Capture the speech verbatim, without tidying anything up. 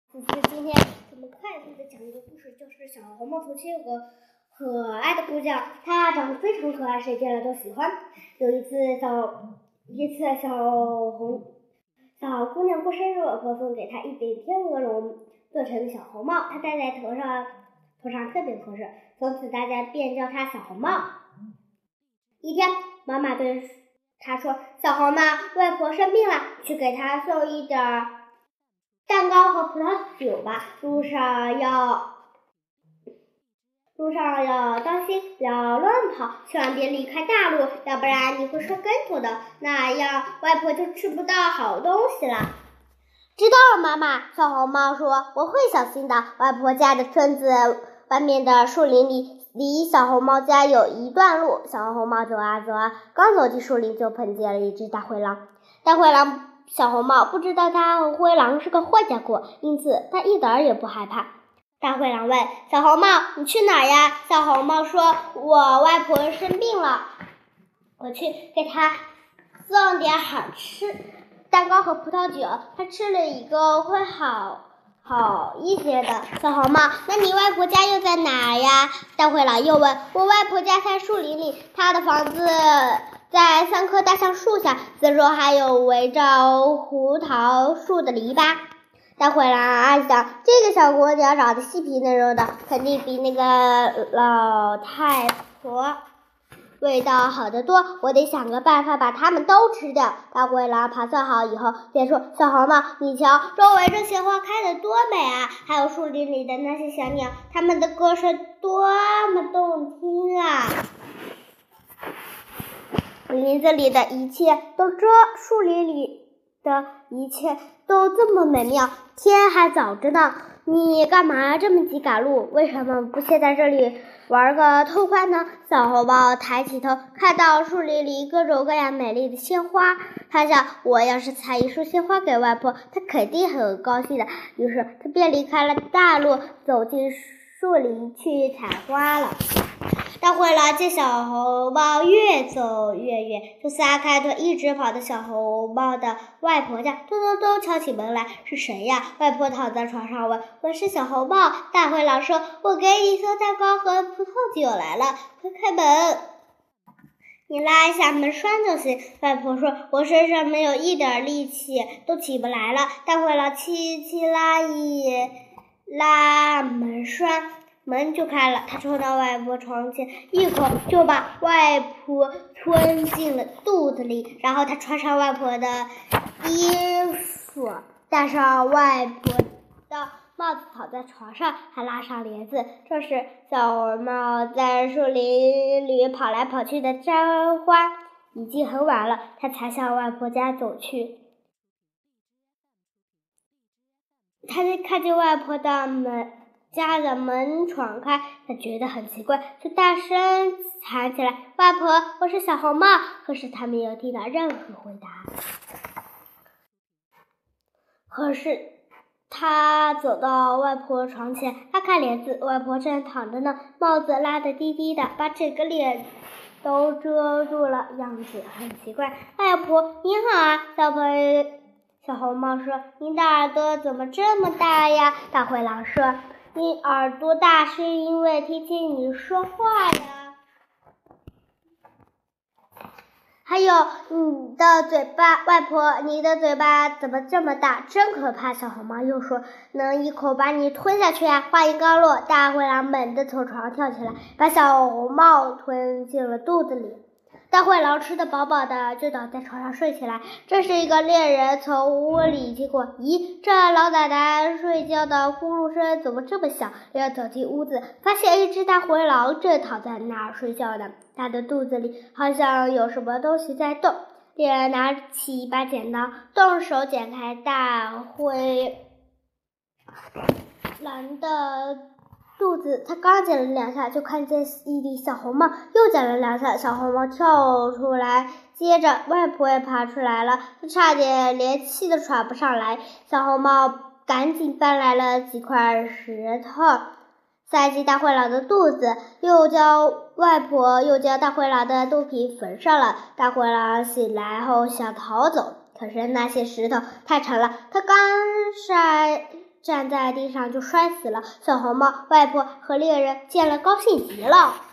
就是今天我们快速的讲一个故事，就是小红帽从前有个可爱的姑娘，她长得非常可爱，谁见了都喜欢。有一次小一次小红小姑娘过生日，外婆送给她一顶天鹅绒做成的小红帽，她戴在头上，头上特别合适，从此大家便叫她小红帽。一天，妈妈对她说：“小红帽，外婆生病了，去给她送一点儿蛋糕和葡萄酒吧，路上要路上要当心，不要乱跑，千万别离开大路，要不然你会摔跟头的，那样外婆就吃不到好东西了。”知道了，妈妈。小红帽说：“我会小心的。”外婆家的村子外面的树林里，离小红帽家有一段路。小红帽走啊走啊，刚走进树林，就碰见了一只大灰狼。大灰狼小红帽不知道他和灰狼是个坏家伙，因此他一点儿也不害怕。大灰狼问小红帽：“你去哪儿呀？”小红帽说：“我外婆生病了，我去给她送点好吃蛋糕和葡萄酒，她吃了一个会好好一些的。”小红帽：“那你外婆家又在哪儿呀？”大灰狼又问：“我外婆家在树林里，她的房子在三棵大橡树下，四周还有围着胡桃树的篱笆。”大灰狼暗想，这个小姑娘长得细皮嫩肉的，肯定比那个老太婆味道好得多，我得想个办法把它们都吃掉。大灰狼盘算好以后，便说：“小红帽，你瞧，周围这些花开得多美啊！还有树林里的那些小鸟，它们的歌声多么动听啊！林子里的一切都这，树林里的一切都这么美妙。天还早着呢，你干嘛这么急赶路？为什么不先在这里玩个痛快呢？”小红帽抬起头，看到树林里各种各样美丽的鲜花，他想，我要是采一束鲜花给外婆，她肯定很高兴的。于是他便离开了大路，走进树林去采花了。大灰狼见小红帽越走越远，就撒开腿一直跑到小红帽的外婆家，咚咚咚敲起门来。“是谁呀？”外婆躺在床上问。“我是小红帽。”大灰狼说，“我给你送蛋糕和葡萄酒来了，快开门。”“你拉一下门栓就行。”外婆说，“我身上没有一点力气，都起不来了。”大灰狼轻轻拉一拉门栓，门就开了，他冲到外婆床前，一口就把外婆吞进了肚子里，然后他穿上外婆的衣服，戴上外婆的帽子，躺在床上，还拉上帘子。这时小红帽在树林里跑来跑去的摘花，已经很晚了，他才向外婆家走去。他就看见外婆的门家的门敞开，他觉得很奇怪，就大声喊起来：“外婆，我是小红帽。”可是他没有听到任何回答。可是他走到外婆床前，拉开帘子，外婆正躺着呢，帽子拉得低低的，把整个脸都遮住了，样子很奇怪。“外婆你好啊！”小朋友小红帽说，“你的耳朵怎么这么大呀？”大灰狼说，“你耳朵大是因为听见你说话呀，还有你的嘴巴，外婆，你的嘴巴怎么这么大？真可怕！”小红帽又说，“能一口把你吞下去啊！”话音刚落，大灰狼猛地从床上跳起来，把小红帽吞进了肚子里。大灰狼吃得饱饱的，就倒在床上睡起来。这时一个猎人从屋里经过，咦，这老奶奶睡觉的呼噜声怎么这么响？猎人走进屋子，发现一只大灰狼正躺在那儿睡觉呢，它的肚子里好像有什么东西在动。猎人拿起一把剪刀，动手剪开大灰狼的肚子，他刚剪了两下，就看见一顶小红帽，又剪了两下，小红帽跳出来，接着外婆也爬出来了，他差点连气都喘不上来。小红帽赶紧搬来了几块石头，塞进大灰狼的肚子，又将外婆又将大灰狼的肚皮缝上了。大灰狼醒来后想逃走，可是那些石头太沉了，他刚晒站在地上就摔死了。小红帽、外婆和猎人见了高兴极了。